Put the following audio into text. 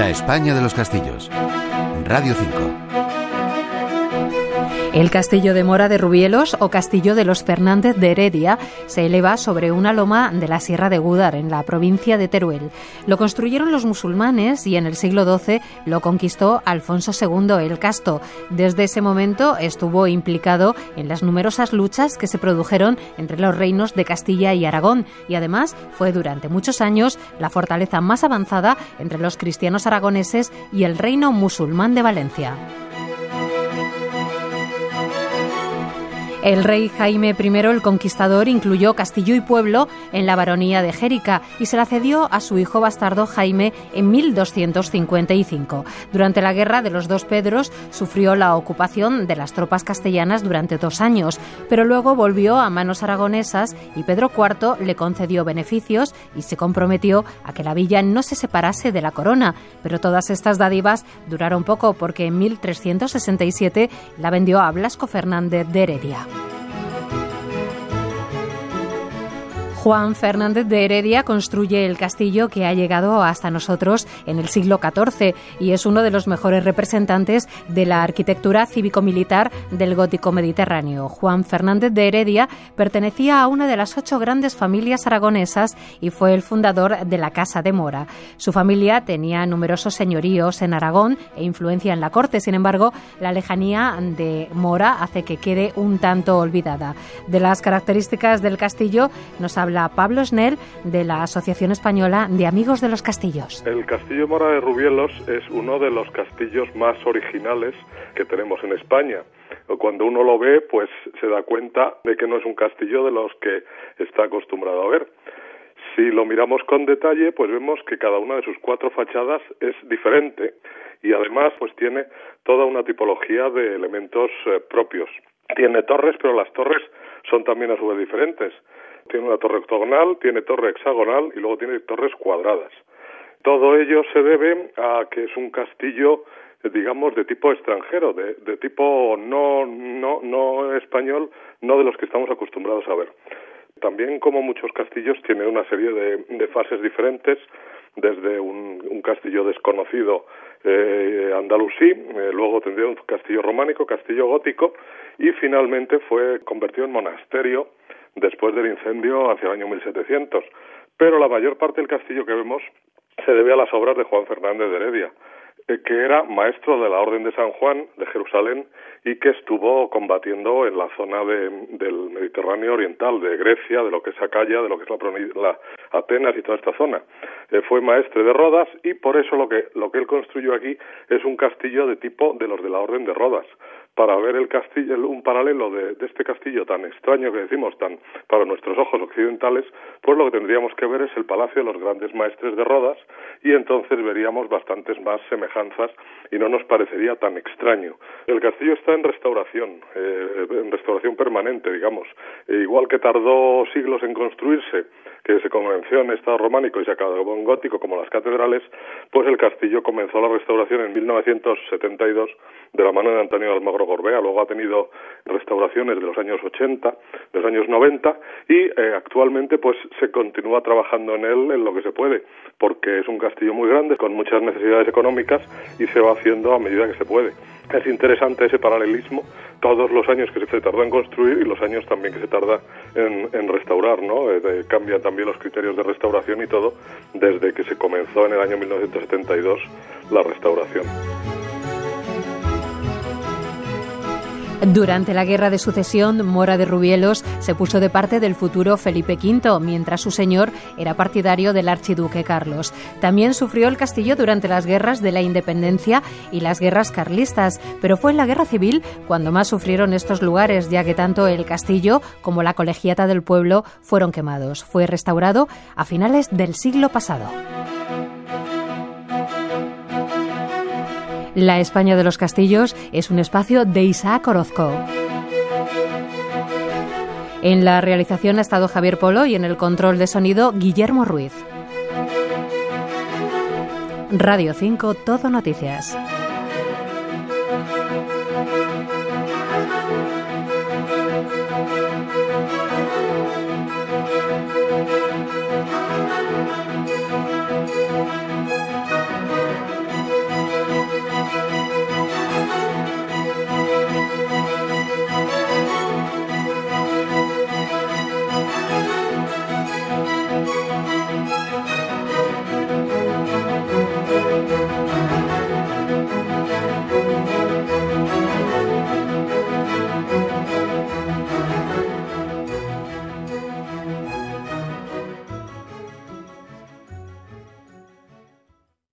La España de los castillos. Radio 5. El castillo de Mora de Rubielos, o castillo de los Fernández de Heredia, se eleva sobre una loma de la Sierra de Gúdar, en la provincia de Teruel. Lo construyeron los musulmanes y en el siglo XII lo conquistó Alfonso II el Casto. Desde ese momento estuvo implicado en las numerosas luchas que se produjeron entre los reinos de Castilla y Aragón, y además fue durante muchos años la fortaleza más avanzada entre los cristianos aragoneses y el reino musulmán de Valencia. El rey Jaime I el Conquistador incluyó castillo y pueblo en la baronía de Xérica y se la cedió a su hijo bastardo Jaime en 1255. Durante la Guerra de los Dos Pedros sufrió la ocupación de las tropas castellanas durante 2 años, pero luego volvió a manos aragonesas y Pedro IV le concedió beneficios y se comprometió a que la villa no se separase de la corona. Pero todas estas dádivas duraron poco, porque en 1367 la vendió a Blasco Fernández de Heredia. Juan Fernández de Heredia construye el castillo que ha llegado hasta nosotros en el siglo XIV y es uno de los mejores representantes de la arquitectura cívico-militar del gótico mediterráneo. Juan Fernández de Heredia pertenecía a una de las 8 grandes familias aragonesas y fue el fundador de la Casa de Mora. Su familia tenía numerosos señoríos en Aragón e influencia en la corte. Sin embargo, la lejanía de Mora hace que quede un tanto olvidada. De las características del castillo nos habla Pablo Snell, de la Asociación Española de Amigos de los Castillos. El castillo Mora de Rubielos es uno de los castillos más originales que tenemos en España. Cuando uno lo ve, pues se da cuenta de que no es un castillo de los que está acostumbrado a ver. Si lo miramos con detalle, pues vemos que cada una de sus 4 fachadas es diferente y además pues tiene toda una tipología de elementos propios. Tiene torres, pero las torres son también a su vez diferentes. Tiene una torre octogonal, tiene torre hexagonal y luego tiene torres cuadradas. Todo ello se debe a que es un castillo, digamos, de tipo extranjero, de tipo no español, no de los que estamos acostumbrados a ver. También, como muchos castillos, tiene una serie de fases diferentes, desde un castillo desconocido andalusí, luego tendría un castillo románico, castillo gótico, y finalmente fue convertido en monasterio después del incendio hacia el año 1700. Pero la mayor parte del castillo que vemos se debe a las obras de Juan Fernández de Heredia, que era maestro de la Orden de San Juan de Jerusalén y que estuvo combatiendo en la zona del Mediterráneo oriental, de Grecia, de lo que es Acaya, de lo que es la Atenas y toda esta zona. Fue maestre de Rodas y por eso lo que él construyó aquí es un castillo de tipo de los de la Orden de Rodas. Para ver el castillo, un paralelo de este castillo tan extraño que decimos, tan para nuestros ojos occidentales, pues lo que tendríamos que ver es el palacio de los grandes maestres de Rodas y entonces veríamos bastantes más semejanzas y no nos parecería tan extraño. El castillo está en restauración permanente, digamos. Igual que tardó siglos en construirse, que se comenzó en estado románico y se acabó en gótico como las catedrales, pues el castillo comenzó la restauración en 1972 de la mano de Antonio Almagro Gorbea. Luego ha tenido restauraciones de los años 80, de los años 90 y actualmente pues se continúa trabajando en él en lo que se puede, porque es un castillo muy grande con muchas necesidades económicas y se va haciendo a medida que se puede. Es interesante ese paralelismo, todos los años que se tardó en construir y los años también que se tarda en restaurar, ¿no? Cambian también los criterios de restauración y todo desde que se comenzó en el año 1972 la restauración. Durante la Guerra de Sucesión, Mora de Rubielos se puso de parte del futuro Felipe V, mientras su señor era partidario del archiduque Carlos. También sufrió el castillo durante las guerras de la Independencia y las guerras carlistas, pero fue en la Guerra Civil cuando más sufrieron estos lugares, ya que tanto el castillo como la colegiata del pueblo fueron quemados. Fue restaurado a finales del siglo pasado. La España de los Castillos es un espacio de Isaac Orozco. En la realización ha estado Javier Polo y en el control de sonido Guillermo Ruiz. Radio 5 Todo Noticias.